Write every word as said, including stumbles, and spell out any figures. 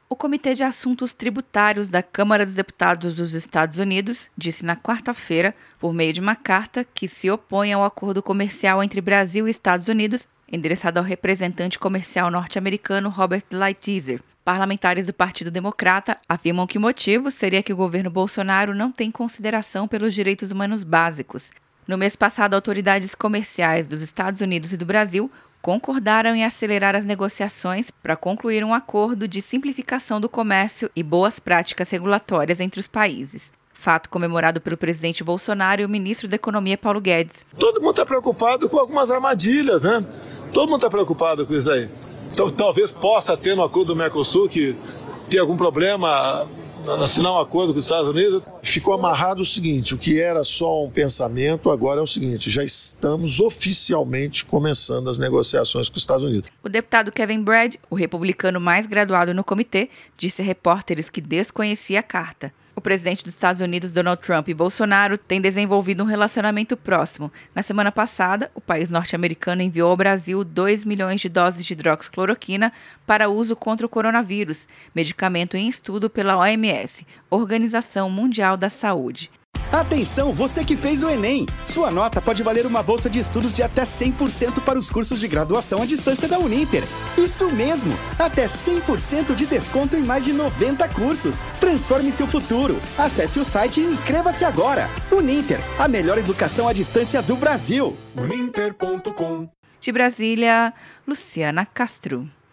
O Comitê de Assuntos Tributários da Câmara dos Deputados dos Estados Unidos disse na quarta-feira, por meio de uma carta, que se opõe ao acordo comercial entre Brasil e Estados Unidos, endereçado ao representante comercial norte-americano Robert Lighthizer. Parlamentares do Partido Democrata afirmam que o motivo seria que o governo Bolsonaro não tem consideração pelos direitos humanos básicos. No mês passado, autoridades comerciais dos Estados Unidos e do Brasil concordaram em acelerar as negociações para concluir um acordo de simplificação do comércio e boas práticas regulatórias entre os países. Fato comemorado pelo presidente Bolsonaro e o ministro da Economia, Paulo Guedes. Todo mundo está preocupado com algumas armadilhas, né? Todo mundo está preocupado com isso aí. Então, talvez possa ter no acordo do Mercosul que ter algum problema assinar um acordo com os Estados Unidos. Ficou amarrado o seguinte, o que era só um pensamento, agora é o seguinte, já estamos oficialmente começando as negociações com os Estados Unidos. O deputado Kevin Brad, o republicano mais graduado no comitê, disse a repórteres que desconhecia a carta. O presidente dos Estados Unidos, Donald Trump, e Bolsonaro têm desenvolvido um relacionamento próximo. Na semana passada, o país norte-americano enviou ao Brasil dois milhões de doses de hidroxicloroquina para uso contra o coronavírus, medicamento em estudo pela O M S, Organização Mundial da Saúde. Atenção, você que fez o Enem! Sua nota pode valer uma bolsa de estudos de até cem por cento para os cursos de graduação à distância da Uninter. Isso mesmo! Até cem por cento de desconto em mais de noventa cursos. Transforme seu futuro. Acesse o site e inscreva-se agora. Uninter, a melhor educação à distância do Brasil. uninter ponto com. De Brasília, Luciana Castro.